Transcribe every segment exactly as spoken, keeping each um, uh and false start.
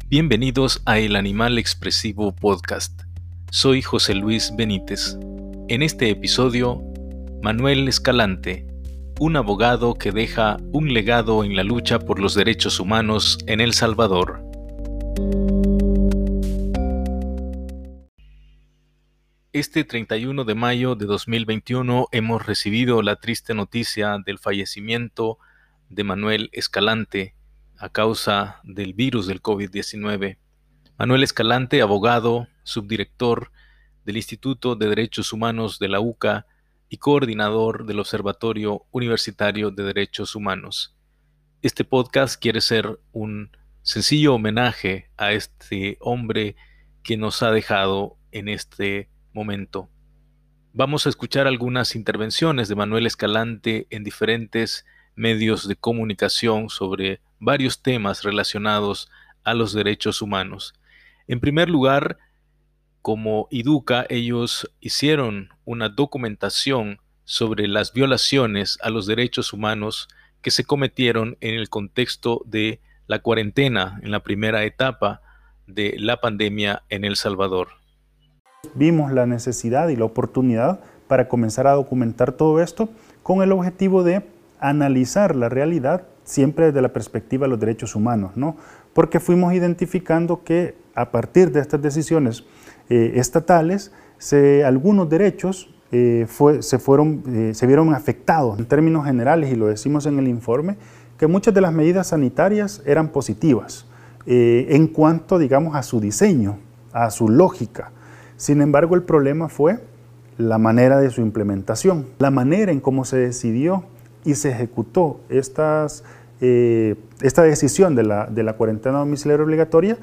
Bienvenidos a El Animal Expresivo Podcast. Soy José Luis Benítez. En este episodio, Manuel Escalante, un abogado que deja un legado en la lucha por los derechos humanos en El Salvador. Este treinta y uno de mayo de dos mil veintiuno hemos recibido la triste noticia del fallecimiento de Manuel Escalante a causa del virus del COVID diecinueve. Manuel Escalante, abogado, subdirector del Instituto de Derechos Humanos de la U C A y coordinador del Observatorio Universitario de Derechos Humanos. Este podcast quiere ser un sencillo homenaje a este hombre que nos ha dejado en este momento. Vamos a escuchar algunas intervenciones de Manuel Escalante en diferentes medios de comunicación sobre varios temas relacionados a los derechos humanos. En primer lugar, como IDUCA, ellos hicieron una documentación sobre las violaciones a los derechos humanos que se cometieron en el contexto de la cuarentena en la primera etapa de la pandemia en El Salvador. Vimos la necesidad y la oportunidad para comenzar a documentar todo esto con el objetivo de analizar la realidad siempre desde la perspectiva de los derechos humanos, ¿no? Porque fuimos identificando que a partir de estas decisiones eh, estatales, se, algunos derechos eh, fue, se, fueron, eh, se vieron afectados en términos generales, y lo decimos en el informe, que muchas de las medidas sanitarias eran positivas eh, en cuanto, digamos, a su diseño, a su lógica. Sin embargo, el problema fue la manera de su implementación, la manera en cómo se decidió y se ejecutó estas, eh, esta decisión de la, de la cuarentena domiciliaria obligatoria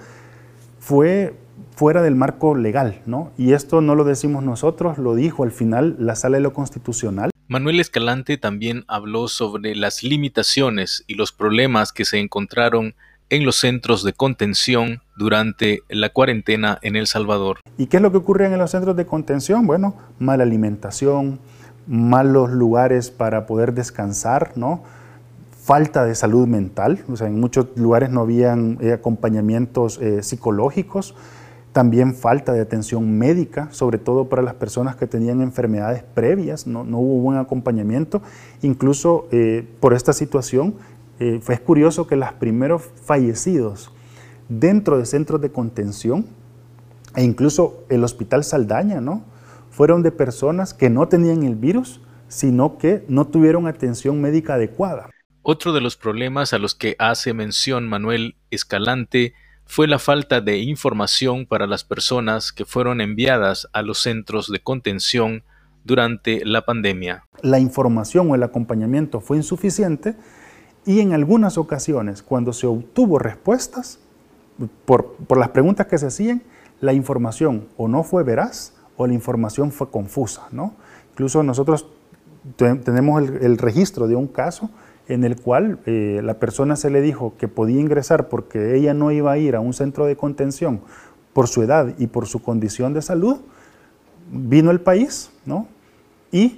fue fuera del marco legal, ¿no? Y esto no lo decimos nosotros, lo dijo al final la Sala de lo Constitucional. Manuel Escalante también habló sobre las limitaciones y los problemas que se encontraron en los centros de contención durante la cuarentena en El Salvador. ¿Y qué es lo que ocurre en los centros de contención? Bueno, mala alimentación, malos lugares para poder descansar, ¿no? Falta de salud mental, o sea, en muchos lugares no habían eh, acompañamientos eh, psicológicos, también falta de atención médica, sobre todo para las personas que tenían enfermedades previas, no, no hubo buen acompañamiento, incluso eh, por esta situación. Eh, fue curioso que los primeros fallecidos dentro de centros de contención, e incluso el Hospital Saldaña, ¿no?, fueron de personas que no tenían el virus, sino que no tuvieron atención médica adecuada. Otro de los problemas a los que hace mención Manuel Escalante fue la falta de información para las personas que fueron enviadas a los centros de contención durante la pandemia. La información o el acompañamiento fue insuficiente, y en algunas ocasiones, cuando se obtuvo respuestas por, por las preguntas que se hacían, la información o no fue veraz o la información fue confusa, ¿no? Incluso nosotros te, tenemos el, el registro de un caso en el cual eh, la persona se le dijo que podía ingresar porque ella no iba a ir a un centro de contención por su edad y por su condición de salud. Vino al país, ¿no?, y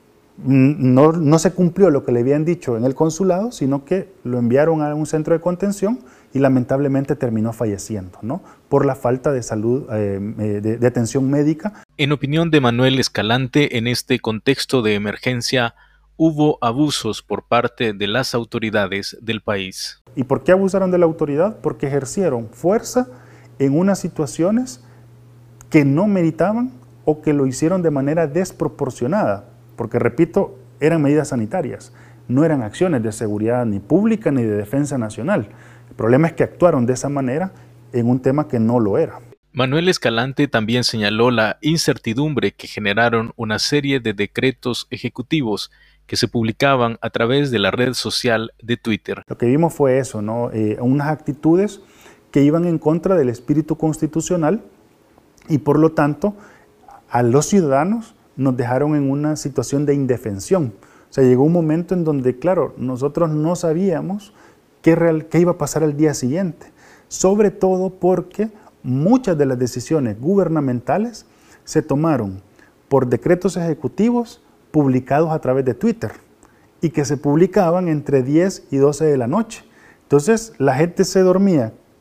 No, no se cumplió lo que le habían dicho en el consulado, sino que lo enviaron a un centro de contención y lamentablemente terminó falleciendo, ¿no?, por la falta de salud, eh, de, de atención médica. En opinión de Manuel Escalante, en este contexto de emergencia hubo abusos por parte de las autoridades del país. ¿Y por qué abusaron de la autoridad? Porque ejercieron fuerza en unas situaciones que no meritaban o que lo hicieron de manera desproporcionada. Porque, repito, eran medidas sanitarias, no eran acciones de seguridad ni pública ni de defensa nacional. El problema es que actuaron de esa manera en un tema que no lo era. Manuel Escalante también señaló la incertidumbre que generaron una serie de decretos ejecutivos que se publicaban a través de la red social de Twitter. Lo que vimos fue eso, ¿no? Eh, unas actitudes que iban en contra del espíritu constitucional y, por lo tanto, a los ciudadanos nos dejaron en una situación de indefensión. O sea, llegó un momento en donde, claro, nosotros no sabíamos qué, real, qué iba a pasar al día siguiente, sobre todo porque muchas de las decisiones gubernamentales se tomaron por decretos ejecutivos publicados a través de Twitter y que se publicaban entre diez y doce de la noche. Entonces, la gente se dormía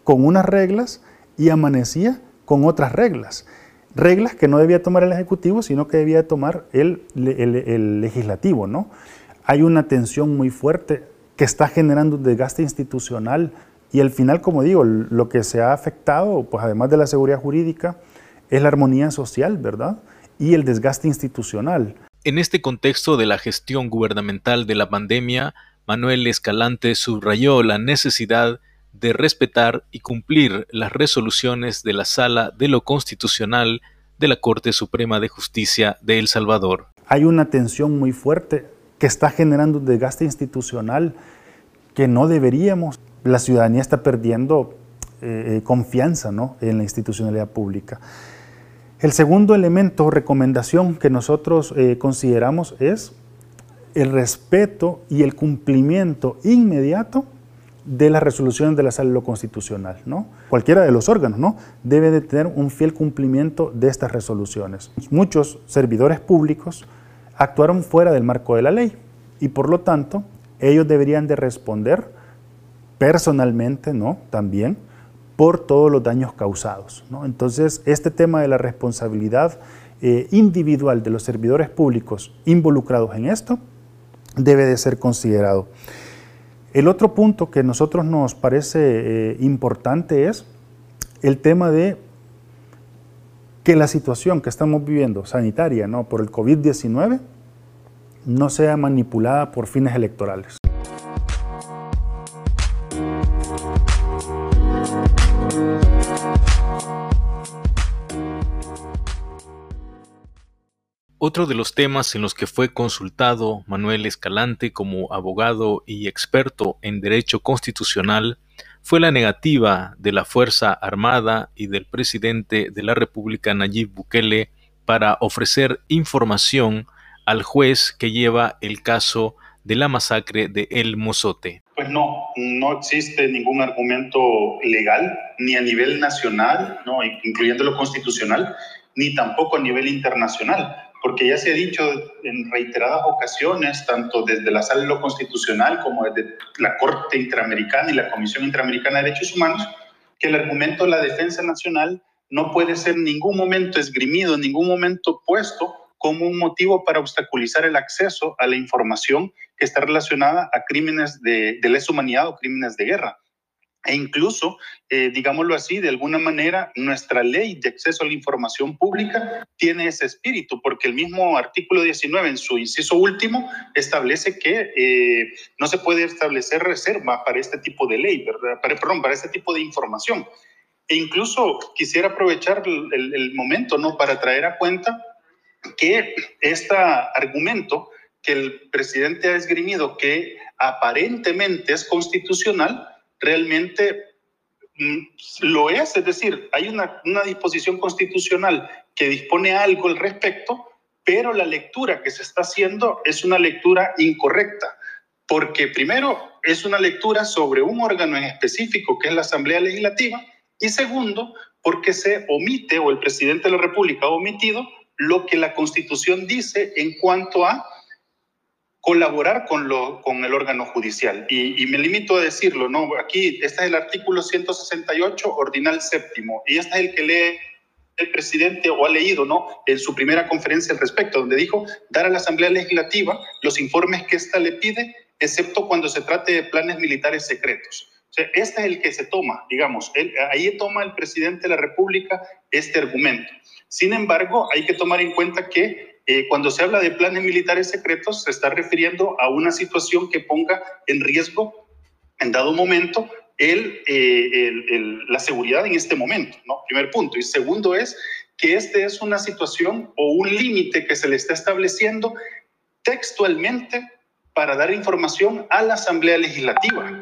con unas reglas y amanecía con otras reglas. Reglas que no debía tomar el Ejecutivo, sino que debía tomar el, el, el Legislativo, ¿no? Hay una tensión muy fuerte que está generando un desgaste institucional y al final, como digo, lo que se ha afectado, pues además de la seguridad jurídica, es la armonía social, ¿verdad? Y el desgaste institucional. En este contexto de la gestión gubernamental de la pandemia, Manuel Escalante subrayó la necesidad de respetar y cumplir las resoluciones de la Sala de lo Constitucional de la Corte Suprema de Justicia de El Salvador. Hay una tensión muy fuerte que está generando un desgaste institucional que no deberíamos. La ciudadanía está perdiendo eh, confianza, ¿no?, en la institucionalidad pública. El segundo elemento o recomendación que nosotros eh, consideramos es el respeto y el cumplimiento inmediato de las resoluciones de la Sala de lo Constitucional, ¿no? Cualquiera de los órganos, ¿no?, debe de tener un fiel cumplimiento de estas resoluciones. Muchos servidores públicos actuaron fuera del marco de la ley y por lo tanto ellos deberían de responder personalmente, ¿no?, también por todos los daños causados, ¿no? Entonces, este tema de la responsabilidad eh, individual de los servidores públicos involucrados en esto debe de ser considerado. El otro punto que a nosotros nos parece eh, importante es el tema de que la situación que estamos viviendo sanitaria, ¿no?, por el COVID diecinueve no sea manipulada por fines electorales. Otro de los temas en los que fue consultado Manuel Escalante como abogado y experto en derecho constitucional fue la negativa de la Fuerza Armada y del presidente de la República, Nayib Bukele, para ofrecer información al juez que lleva el caso de la masacre de El Mozote. Pues no, no existe ningún argumento legal, ni a nivel nacional, ¿no?, incluyendo lo constitucional, ni tampoco a nivel internacional, porque ya se ha dicho en reiteradas ocasiones, tanto desde la Sala de lo Constitucional como desde la Corte Interamericana y la Comisión Interamericana de Derechos Humanos, que el argumento de la defensa nacional no puede ser en ningún momento esgrimido, en ningún momento puesto como un motivo para obstaculizar el acceso a la información que está relacionada a crímenes de, de lesa humanidad o crímenes de guerra. E incluso, eh, digámoslo así, de alguna manera, nuestra ley de acceso a la información pública tiene ese espíritu, porque el mismo artículo diecinueve, en su inciso último, establece que eh, no se puede establecer reserva para este tipo de ley, ¿verdad? Para, perdón, para este tipo de información. E incluso quisiera aprovechar el, el, el momento, ¿no?, para traer a cuenta que este argumento que el presidente ha esgrimido, que aparentemente es constitucional, realmente mm, lo es, es decir, hay una, una disposición constitucional que dispone algo al respecto, pero la lectura que se está haciendo es una lectura incorrecta, porque primero es una lectura sobre un órgano en específico que es la Asamblea Legislativa, y segundo, porque se omite, o el presidente de la República ha omitido, lo que la Constitución dice en cuanto a colaborar con, lo, con el órgano judicial. Y, y me limito a decirlo, ¿no? Aquí, este es el artículo ciento sesenta y ocho, ordinal séptimo, y este es el que lee el presidente o ha leído, ¿no?, en su primera conferencia al respecto, donde dijo dar a la Asamblea Legislativa los informes que ésta le pide, excepto cuando se trate de planes militares secretos. O sea, este es el que se toma, digamos, él, ahí toma el presidente de la República este argumento. Sin embargo, hay que tomar en cuenta que eh, cuando se habla de planes militares secretos, se está refiriendo a una situación que ponga en riesgo, en dado momento, el, eh, el, el, la seguridad en este momento, ¿no? Primer punto. Y segundo es que este es una situación o un límite que se le está estableciendo textualmente para dar información a la Asamblea Legislativa,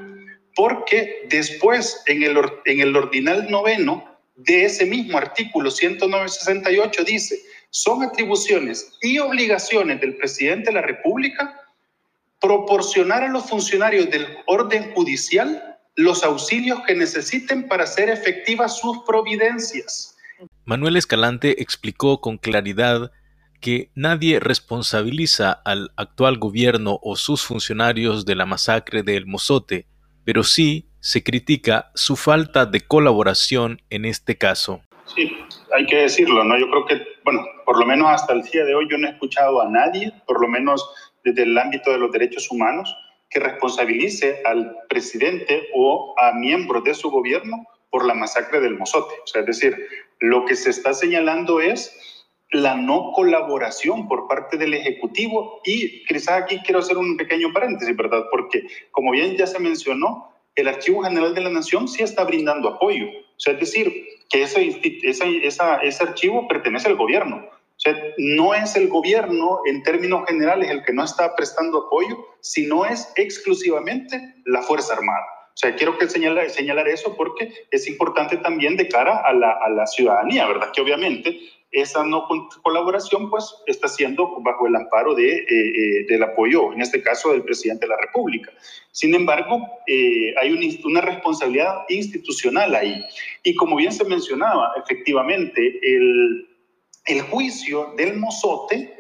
porque después en el, en el ordinal noveno de ese mismo artículo ciento sesenta y ocho dice: son atribuciones y obligaciones del presidente de la República proporcionar a los funcionarios del orden judicial los auxilios que necesiten para hacer efectivas sus providencias. Manuel Escalante explicó con claridad que nadie responsabiliza al actual gobierno o sus funcionarios de la masacre de El Mozote, pero sí se critica su falta de colaboración en este caso. Sí, hay que decirlo, ¿no? Yo creo que, bueno, por lo menos hasta el día de hoy yo no he escuchado a nadie, por lo menos desde el ámbito de los derechos humanos, que responsabilice al presidente o a miembros de su gobierno por la masacre del Mozote. O sea, es decir, lo que se está señalando es la no colaboración por parte del Ejecutivo y quizás aquí quiero hacer un pequeño paréntesis, ¿verdad? Porque, como bien ya se mencionó, el Archivo General de la Nación sí está brindando apoyo. O sea, es decir, que ese, esa, esa, ese archivo pertenece al gobierno. O sea, no es el gobierno en términos generales el que no está prestando apoyo, sino es exclusivamente la Fuerza Armada. O sea, quiero que señalar, señalar eso porque es importante también de cara a la, a la ciudadanía, ¿verdad? Que obviamente esa no colaboración pues está siendo bajo el amparo de, eh, eh, del apoyo, en este caso del presidente de la República. Sin embargo, eh, hay un, una responsabilidad institucional ahí. Y como bien se mencionaba, efectivamente, el, el juicio del Mozote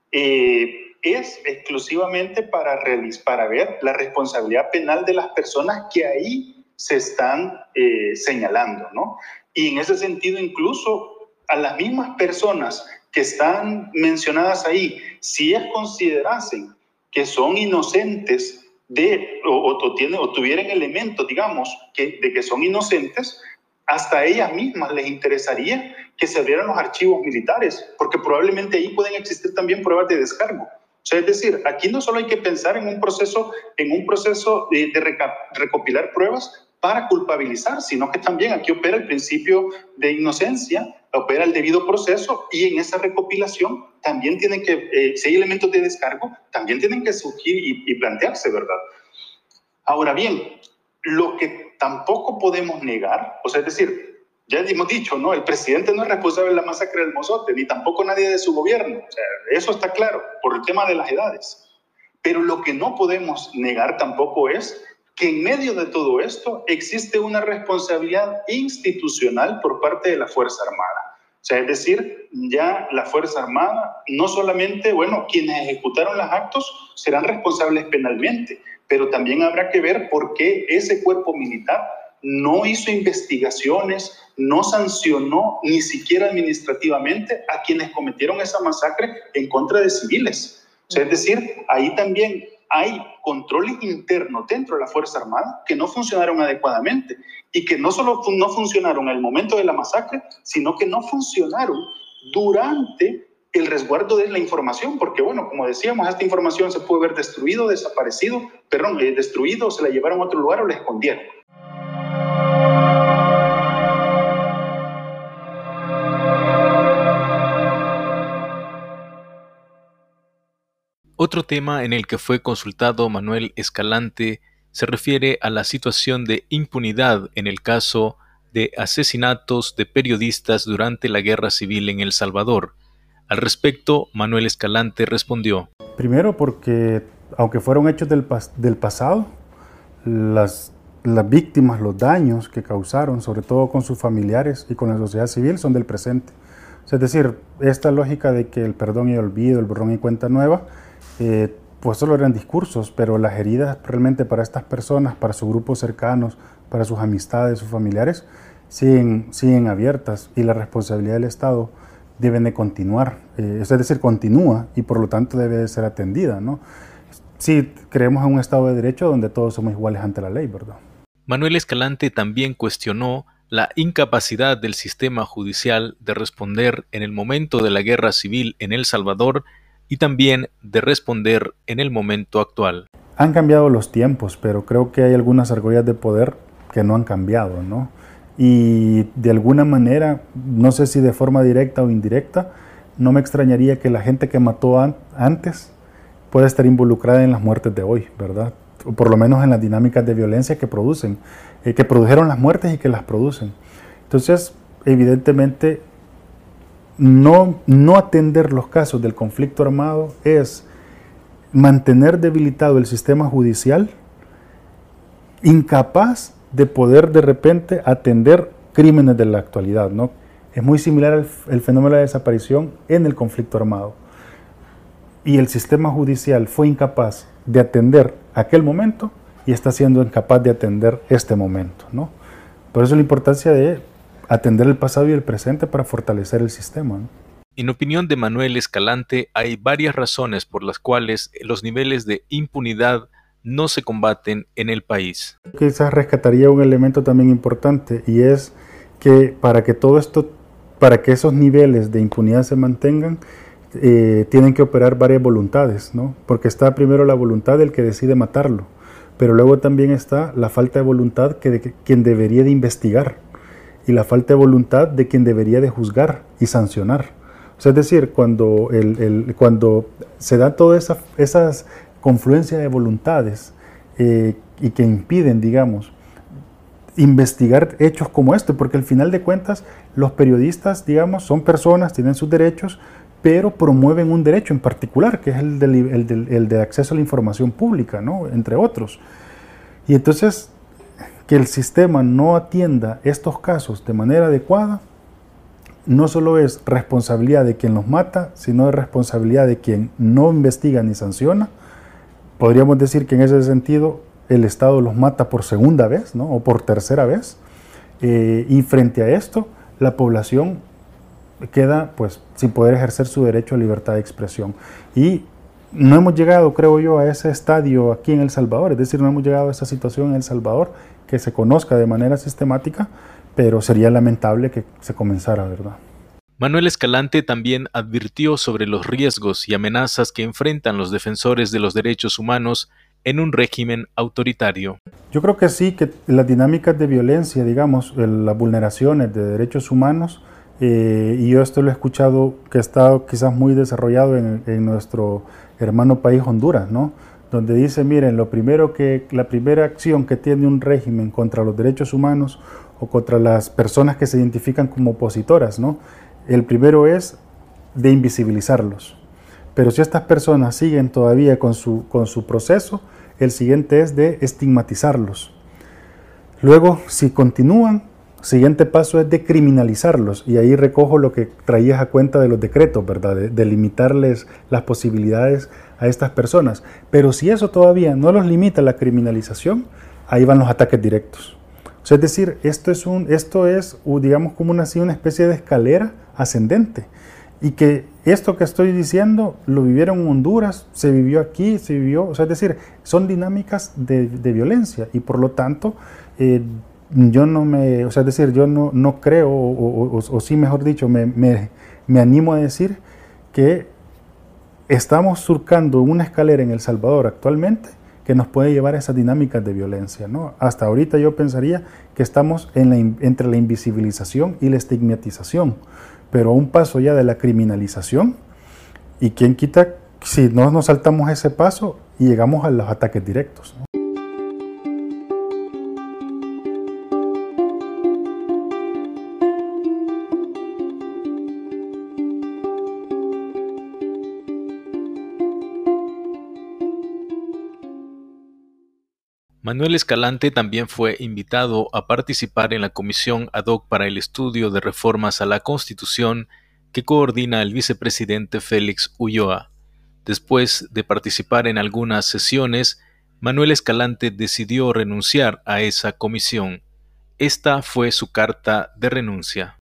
eh, es exclusivamente para, para ver la responsabilidad penal de las personas que ahí se están eh, señalando, ¿no? Y en ese sentido, incluso a las mismas personas que están mencionadas ahí, si ellas considerasen que son inocentes de, o, o, tienen, o tuvieran elementos, digamos, que, de que son inocentes, hasta ellas mismas les interesaría que se abrieran los archivos militares, porque probablemente ahí pueden existir también pruebas de descargo. O sea, es decir, aquí no solo hay que pensar en un proceso, en un proceso de, de reca, recopilar pruebas para culpabilizar, sino que también aquí opera el principio de inocencia, opera el debido proceso y en esa recopilación también tienen que, eh, si hay elementos de descargo, también tienen que surgir y, y plantearse, ¿verdad? Ahora bien, lo que tampoco podemos negar, o sea, es decir, ya hemos dicho, ¿no? El presidente no es responsable de la masacre del Mozote, ni tampoco nadie de su gobierno, o sea, eso está claro, por el tema de las edades. Pero lo que no podemos negar tampoco es que en medio de todo esto existe una responsabilidad institucional por parte de la Fuerza Armada. O sea, es decir, ya la Fuerza Armada, no solamente, bueno, quienes ejecutaron los actos serán responsables penalmente, pero también habrá que ver por qué ese cuerpo militar no hizo investigaciones, no sancionó ni siquiera administrativamente a quienes cometieron esa masacre en contra de civiles. O sea, es decir, ahí también hay controles internos dentro de la Fuerza Armada que no funcionaron adecuadamente y que no solo no funcionaron al momento de la masacre, sino que no funcionaron durante el resguardo de la información, porque bueno, como decíamos, esta información se puede haber destruido, desaparecido, perdón, eh, destruido, se la llevaron a otro lugar o la escondieron. Otro tema en el que fue consultado Manuel Escalante se refiere a la situación de impunidad en el caso de asesinatos de periodistas durante la Guerra Civil en El Salvador. Al respecto, Manuel Escalante respondió. Primero porque, aunque fueron hechos del, pas del pasado, las, las víctimas, los daños que causaron, sobre todo con sus familiares y con la sociedad civil, son del presente. O sea, es decir, esta lógica de que el perdón y el olvido, el borrón y cuenta nueva, eh, pues solo eran discursos, pero las heridas realmente para estas personas, para sus grupos cercanos, para sus amistades, sus familiares, siguen, siguen abiertas y la responsabilidad del Estado deben de continuar, eh, es decir, continúa y por lo tanto debe de ser atendida, ¿no? Sí, creemos en un Estado de Derecho donde todos somos iguales ante la ley, ¿verdad? Manuel Escalante también cuestionó la incapacidad del sistema judicial de responder en el momento de la guerra civil en El Salvador y también de responder en el momento actual. Han cambiado los tiempos, pero creo que hay algunas argollas de poder que no han cambiado, ¿no? Y de alguna manera, no sé si de forma directa o indirecta, no me extrañaría que la gente que mató an antes pueda estar involucrada en las muertes de hoy, ¿verdad? O por lo menos en las dinámicas de violencia que producen, eh, que produjeron las muertes y que las producen. Entonces, evidentemente, no, no atender los casos del conflicto armado es mantener debilitado el sistema judicial, incapaz de poder de repente atender crímenes de la actualidad, ¿no? Es muy similar al el fenómeno de la desaparición en el conflicto armado. Y el sistema judicial fue incapaz de atender aquel momento y está siendo incapaz de atender este momento, ¿no? Por eso la importancia de atender el pasado y el presente para fortalecer el sistema, ¿no? En opinión de Manuel Escalante, hay varias razones por las cuales los niveles de impunidad no se combaten en el país. Quizás rescataría un elemento también importante, y es que para que todo esto, para que esos niveles de impunidad se mantengan, eh, tienen que operar varias voluntades, ¿no? Porque está primero la voluntad del que decide matarlo, pero luego también está la falta de voluntad que de que, quien debería de investigar, y la falta de voluntad de quien debería de juzgar y sancionar. O sea, es decir, cuando, el, el, cuando se da todas esa, esas confluencias de voluntades eh, y que impiden, digamos, investigar hechos como este, porque al final de cuentas los periodistas, digamos, son personas, tienen sus derechos, pero promueven un derecho en particular, que es el del, el del, el de acceso a la información pública, ¿no? Entre otros. Y entonces, que el sistema no atienda estos casos de manera adecuada, no solo es responsabilidad de quien los mata, sino es responsabilidad de quien no investiga ni sanciona. Podríamos decir que en ese sentido el Estado los mata por segunda vez, ¿no? O por tercera vez, eh, y frente a esto la población queda pues sin poder ejercer su derecho a libertad de expresión. Y no hemos llegado, creo yo, a ese estadio aquí en El Salvador, es decir, no hemos llegado a esa situación en El Salvador que se conozca de manera sistemática, pero sería lamentable que se comenzara, ¿verdad? Manuel Escalante también advirtió sobre los riesgos y amenazas que enfrentan los defensores de los derechos humanos en un régimen autoritario. Yo creo que sí, que las dinámicas de violencia, digamos, las vulneraciones de derechos humanos, eh, y yo esto lo he escuchado que está quizás muy desarrollado en, en nuestro hermano país Honduras, ¿no? Donde dice, miren, lo primero que, la primera acción que tiene un régimen contra los derechos humanos o contra las personas que se identifican como opositoras, ¿no? El primero es de invisibilizarlos. Pero si estas personas siguen todavía con su, con su proceso, el siguiente es de estigmatizarlos. Luego, si continúan, siguiente paso es de criminalizarlos. Y ahí recojo lo que traías a cuenta de los decretos, ¿verdad? De, de limitarles las posibilidades a estas personas. Pero si eso todavía no los limita la criminalización, ahí van los ataques directos. O sea, es decir, esto es, un, esto es digamos, como una, así, una especie de escalera ascendente. Y que esto que estoy diciendo lo vivieron en Honduras, se vivió aquí, se vivió, o sea, es decir, son dinámicas de, de violencia y por lo tanto eh, yo no me, o sea, es decir, yo no, no creo, o, o, o, o sí, mejor dicho, me, me, me animo a decir que estamos surcando una escalera en El Salvador actualmente que nos puede llevar a esas dinámicas de violencia, ¿no? Hasta ahorita yo pensaría que estamos en la, entre la invisibilización y la estigmatización, pero a un paso ya de la criminalización, y quién quita si no nos saltamos ese paso y llegamos a los ataques directos, ¿no? Manuel Escalante también fue invitado a participar en la comisión ad hoc para el estudio de reformas a la Constitución que coordina el vicepresidente Félix Ulloa. Después de participar en algunas sesiones, Manuel Escalante decidió renunciar a esa comisión. Esta fue su carta de renuncia.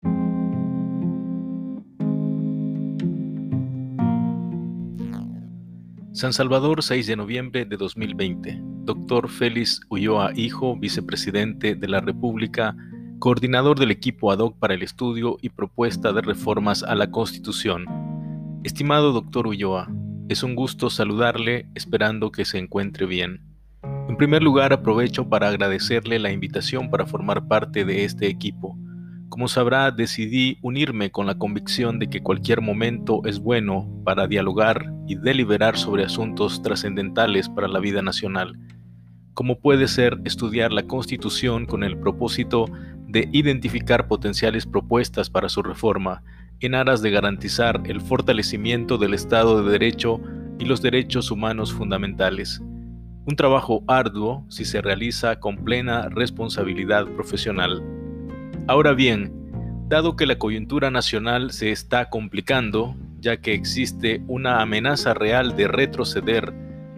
San Salvador, seis de noviembre de dos mil veinte. Doctor Félix Ulloa Hijo, vicepresidente de la República, coordinador del equipo ad hoc para el estudio y propuesta de reformas a la Constitución. Estimado doctor Ulloa, es un gusto saludarle, esperando que se encuentre bien. En primer lugar, aprovecho para agradecerle la invitación para formar parte de este equipo. Como sabrá, decidí unirme con la convicción de que cualquier momento es bueno para dialogar y deliberar sobre asuntos trascendentales para la vida nacional, como puede ser estudiar la Constitución con el propósito de identificar potenciales propuestas para su reforma, en aras de garantizar el fortalecimiento del Estado de Derecho y los derechos humanos fundamentales. Un trabajo arduo si se realiza con plena responsabilidad profesional. Ahora bien, dado que la coyuntura nacional se está complicando, ya que existe una amenaza real de retroceder,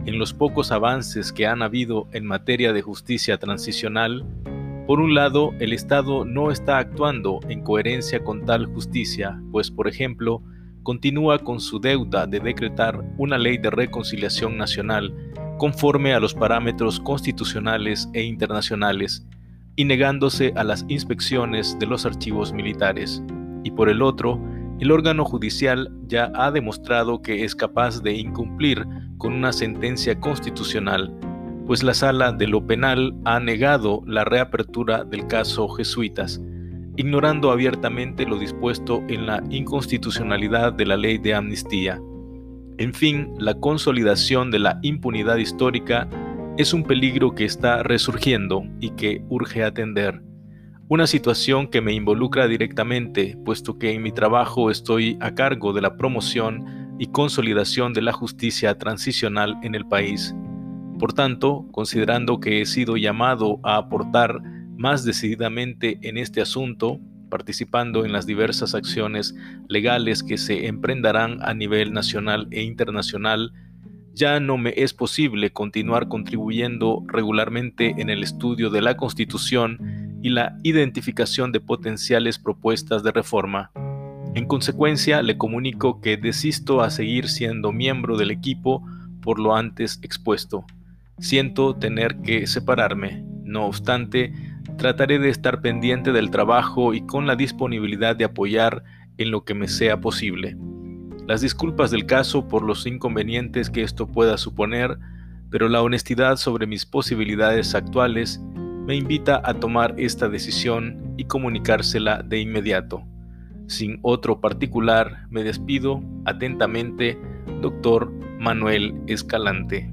en los pocos avances que han habido en materia de justicia transicional, por un lado, el Estado no está actuando en coherencia con tal justicia, pues, por ejemplo, continúa con su deuda de decretar una ley de reconciliación nacional conforme a los parámetros constitucionales e internacionales, y negándose a las inspecciones de los archivos militares. Y por el otro, el órgano judicial ya ha demostrado que es capaz de incumplir con una sentencia constitucional, pues la Sala de lo Penal ha negado la reapertura del caso Jesuitas, ignorando abiertamente lo dispuesto en la inconstitucionalidad de la ley de amnistía. En fin, la consolidación de la impunidad histórica es un peligro que está resurgiendo y que urge atender. Una situación que me involucra directamente, puesto que en mi trabajo estoy a cargo de la promoción y consolidación de la justicia transicional en el país. Por tanto, considerando que he sido llamado a aportar más decididamente en este asunto, participando en las diversas acciones legales que se emprenderán a nivel nacional e internacional, ya no me es posible continuar contribuyendo regularmente en el estudio de la Constitución y la identificación de potenciales propuestas de reforma. En consecuencia, le comunico que desisto a seguir siendo miembro del equipo por lo antes expuesto. Siento tener que separarme. No obstante, trataré de estar pendiente del trabajo y con la disponibilidad de apoyar en lo que me sea posible. Las disculpas del caso por los inconvenientes que esto pueda suponer, pero la honestidad sobre mis posibilidades actuales me invita a tomar esta decisión y comunicársela de inmediato. Sin otro particular, me despido atentamente, doctor Manuel Escalante.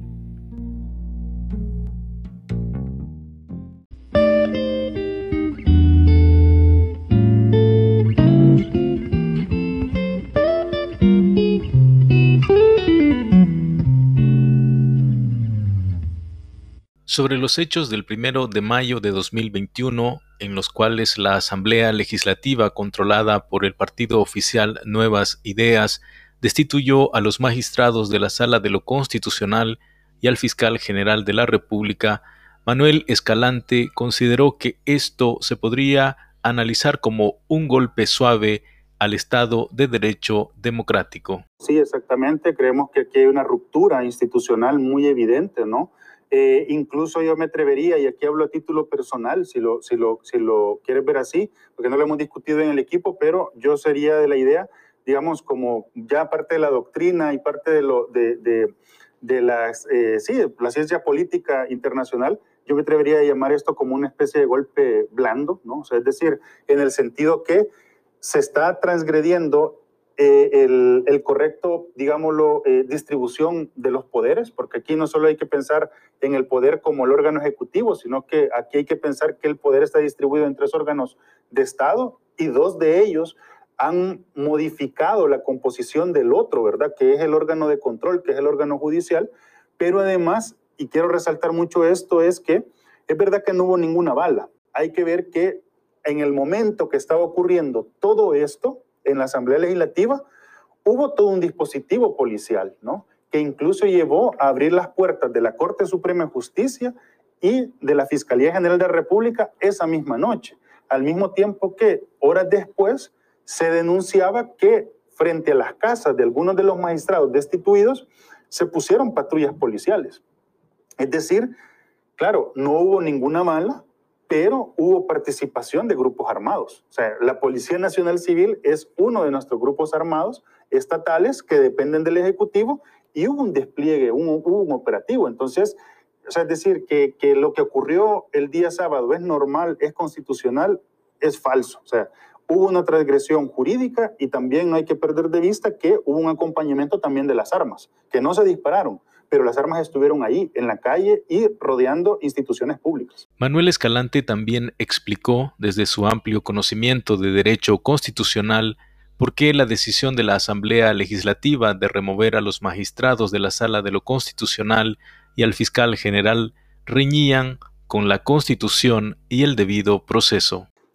Sobre los hechos del primero de mayo de dos mil veintiuno, en los cuales la Asamblea Legislativa, controlada por el partido oficial Nuevas Ideas, destituyó a los magistrados de la Sala de lo Constitucional y al fiscal general de la República, Manuel Escalante consideró que esto se podría analizar como un golpe suave al Estado de Derecho democrático. Sí, exactamente. Creemos que aquí hay una ruptura institucional muy evidente, ¿no? Eh, incluso yo me atrevería, y aquí hablo a título personal, si lo, si, lo, si lo quieres ver así, porque no lo hemos discutido en el equipo, pero yo sería de la idea, digamos, como ya parte de la doctrina y parte de, lo, de, de, de las, eh, sí, la ciencia política internacional, yo me atrevería a llamar esto como una especie de golpe blando, ¿no? O sea, es decir, en el sentido que se está transgrediendo Eh, el, el correcto, digámoslo, eh, distribución de los poderes, porque aquí no solo hay que pensar en el poder como el órgano ejecutivo, sino que aquí hay que pensar que el poder está distribuido en tres órganos de Estado y dos de ellos han modificado la composición del otro, ¿verdad? Que es el órgano de control, que es el órgano judicial, pero además, y quiero resaltar mucho esto, es que es verdad que no hubo ninguna bala. Hay que ver que en el momento que estaba ocurriendo todo esto, en la Asamblea Legislativa, hubo todo un dispositivo policial, ¿no? Que incluso llevó a abrir las puertas de la Corte Suprema de Justicia y de la Fiscalía General de la República esa misma noche, al mismo tiempo que horas después se denunciaba que frente a las casas de algunos de los magistrados destituidos se pusieron patrullas policiales. Es decir, claro, no hubo ninguna bala, pero hubo participación de grupos armados. O sea, la Policía Nacional Civil es uno de nuestros grupos armados estatales que dependen del Ejecutivo y hubo un despliegue, un, hubo un operativo. Entonces, o sea, es decir, que, que lo que ocurrió el día sábado es normal, es constitucional, es falso. O sea, hubo una transgresión jurídica y también no hay que perder de vista que hubo un acompañamiento también de las armas, que no se dispararon, pero las armas estuvieron ahí, en la calle y rodeando instituciones públicas. Manuel Escalante también explicó, desde su amplio conocimiento de derecho constitucional, por qué la decisión de la Asamblea Legislativa de remover a los magistrados de la Sala de lo Constitucional y al fiscal general reñían con la Constitución y el debido proceso.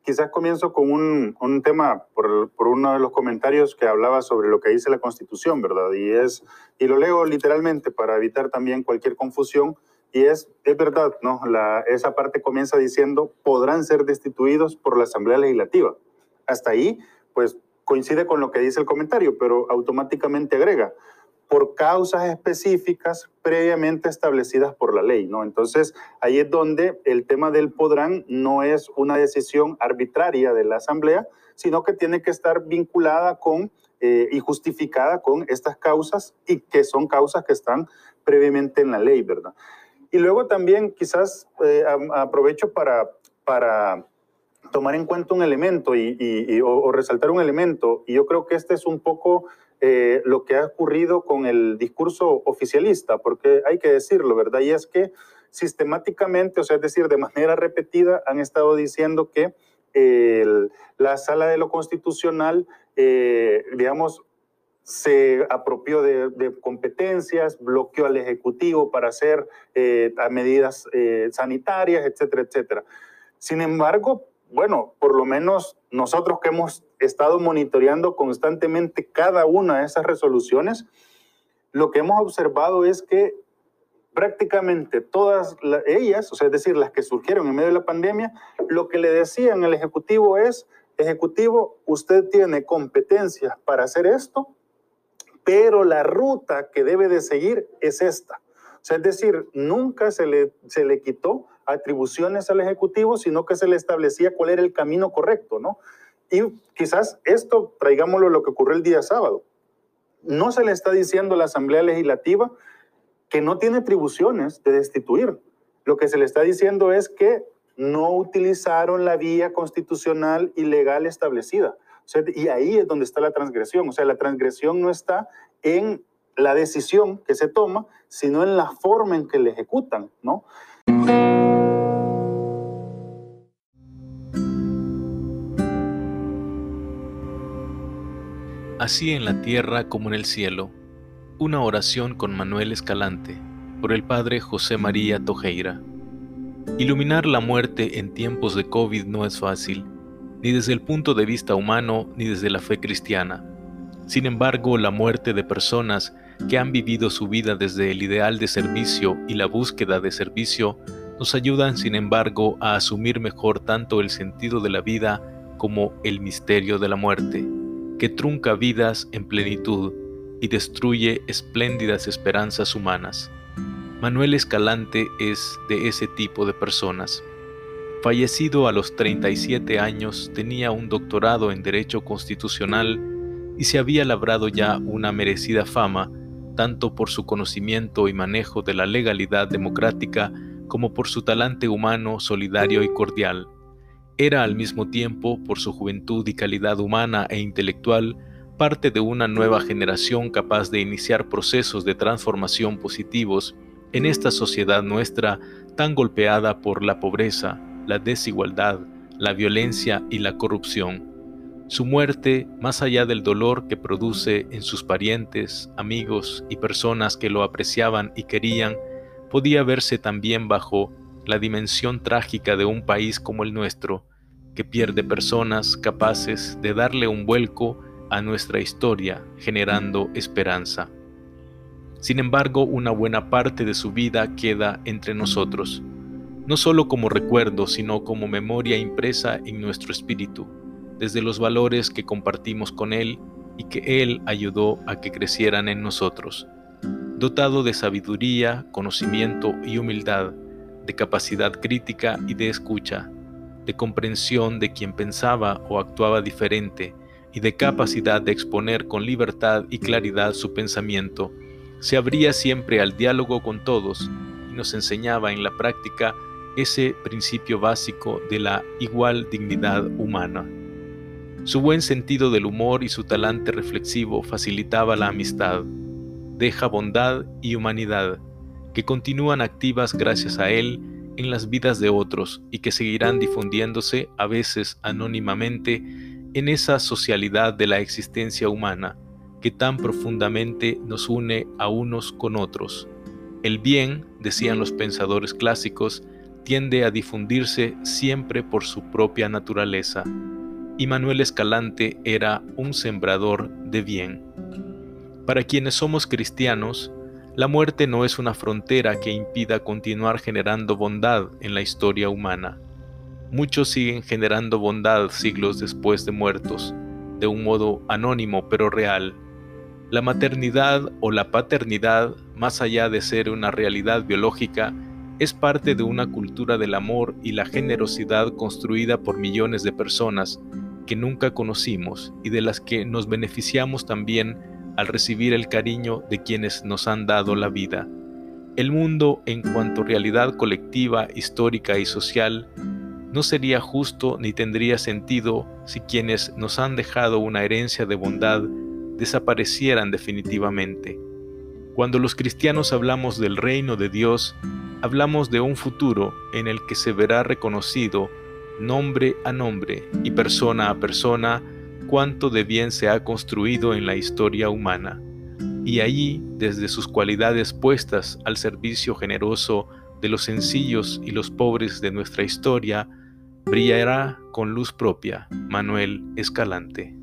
quizás comienzo con un, un tema por, por uno de los comentarios que hablaba sobre lo que dice la Constitución, ¿verdad? Y, es, y lo leo literalmente para evitar también cualquier confusión. Y es, es verdad, ¿no? La, esa parte comienza diciendo, podrán ser destituidos por la Asamblea Legislativa. Hasta ahí, pues, coincide con lo que dice el comentario, pero automáticamente agrega, por causas específicas previamente establecidas por la ley, ¿no? Entonces, ahí es donde el tema del podrán no es una decisión arbitraria de la Asamblea, sino que tiene que estar vinculada con eh, y justificada con estas causas, y que son causas que están previamente en la ley, ¿verdad? Y luego también quizás eh, aprovecho para, para tomar en cuenta un elemento y, y, y, o, o resaltar un elemento, y yo creo que este es un poco eh, lo que ha ocurrido con el discurso oficialista, porque hay que decirlo, ¿verdad? Y es que sistemáticamente, o sea, es decir, de manera repetida, han estado diciendo que eh, el, la Sala de lo Constitucional, eh, digamos, se apropió de, de competencias, bloqueó al Ejecutivo para hacer eh, medidas eh, sanitarias, etcétera, etcétera. Sin embargo, bueno, por lo menos nosotros que hemos estado monitoreando constantemente cada una de esas resoluciones, lo que hemos observado es que prácticamente todas la, ellas, o sea, es decir, las que surgieron en medio de la pandemia, lo que le decían al Ejecutivo es, Ejecutivo, usted tiene competencias para hacer esto, pero la ruta que debe de seguir es esta. O sea, es decir, nunca se le, se le quitó atribuciones al Ejecutivo, sino que se le establecía cuál era el camino correcto, ¿no? Y quizás esto, traigámoslo a lo que ocurrió el día sábado. No se le está diciendo a la Asamblea Legislativa que no tiene atribuciones de destituir. Lo que se le está diciendo es que no utilizaron la vía constitucional y legal establecida. O sea, y ahí es donde está la transgresión. O sea, la transgresión no está en la decisión que se toma, sino en la forma en que la ejecutan, ¿no? Así en la tierra como en el cielo. Una oración con Manuel Escalante, por el padre José María Tojeira. Iluminar la muerte en tiempos de COVID no es fácil, ni desde el punto de vista humano ni desde la fe cristiana. Sin embargo, la muerte de personas que han vivido su vida desde el ideal de servicio y la búsqueda de servicio nos ayudan, sin embargo, a asumir mejor tanto el sentido de la vida como el misterio de la muerte, que trunca vidas en plenitud y destruye espléndidas esperanzas humanas. Manuel Escalante es de ese tipo de personas. Fallecido a los treinta y siete años, tenía un doctorado en Derecho Constitucional y se había labrado ya una merecida fama, tanto por su conocimiento y manejo de la legalidad democrática como por su talante humano, solidario y cordial. Era al mismo tiempo, por su juventud y calidad humana e intelectual, parte de una nueva generación capaz de iniciar procesos de transformación positivos en esta sociedad nuestra tan golpeada por la pobreza, la desigualdad, la violencia y la corrupción. Su muerte, más allá del dolor que produce en sus parientes, amigos y personas que lo apreciaban y querían, podía verse también bajo la dimensión trágica de un país como el nuestro, que pierde personas capaces de darle un vuelco a nuestra historia, generando esperanza. Sin embargo, una buena parte de su vida queda entre nosotros, no solo como recuerdo, sino como memoria impresa en nuestro espíritu, desde los valores que compartimos con él y que él ayudó a que crecieran en nosotros. Dotado de sabiduría, conocimiento y humildad, de capacidad crítica y de escucha, de comprensión de quien pensaba o actuaba diferente y de capacidad de exponer con libertad y claridad su pensamiento, se abría siempre al diálogo con todos y nos enseñaba en la práctica ese principio básico de la igual dignidad humana. Su buen sentido del humor y su talante reflexivo facilitaba la amistad, deja bondad y humanidad, que continúan activas gracias a él en las vidas de otros y que seguirán difundiéndose, a veces anónimamente, en esa socialidad de la existencia humana que tan profundamente nos une a unos con otros. El bien, decían los pensadores clásicos, tiende a difundirse siempre por su propia naturaleza, y Manuel Escalante era un sembrador de bien. Para quienes somos cristianos, la muerte no es una frontera que impida continuar generando bondad en la historia humana. Muchos siguen generando bondad siglos después de muertos, de un modo anónimo pero real. La maternidad o la paternidad, más allá de ser una realidad biológica, es parte de una cultura del amor y la generosidad construida por millones de personas que nunca conocimos y de las que nos beneficiamos también al recibir el cariño de quienes nos han dado la vida. El mundo, en cuanto a realidad colectiva, histórica y social, no sería justo ni tendría sentido si quienes nos han dejado una herencia de bondad desaparecieran definitivamente. Cuando los cristianos hablamos del reino de Dios, hablamos de un futuro en el que se verá reconocido, nombre a nombre y persona a persona, cuánto de bien se ha construido en la historia humana. Y allí, desde sus cualidades puestas al servicio generoso de los sencillos y los pobres de nuestra historia, brillará con luz propia Manuel Escalante.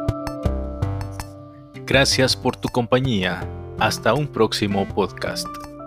Gracias por tu compañía. Hasta un próximo podcast.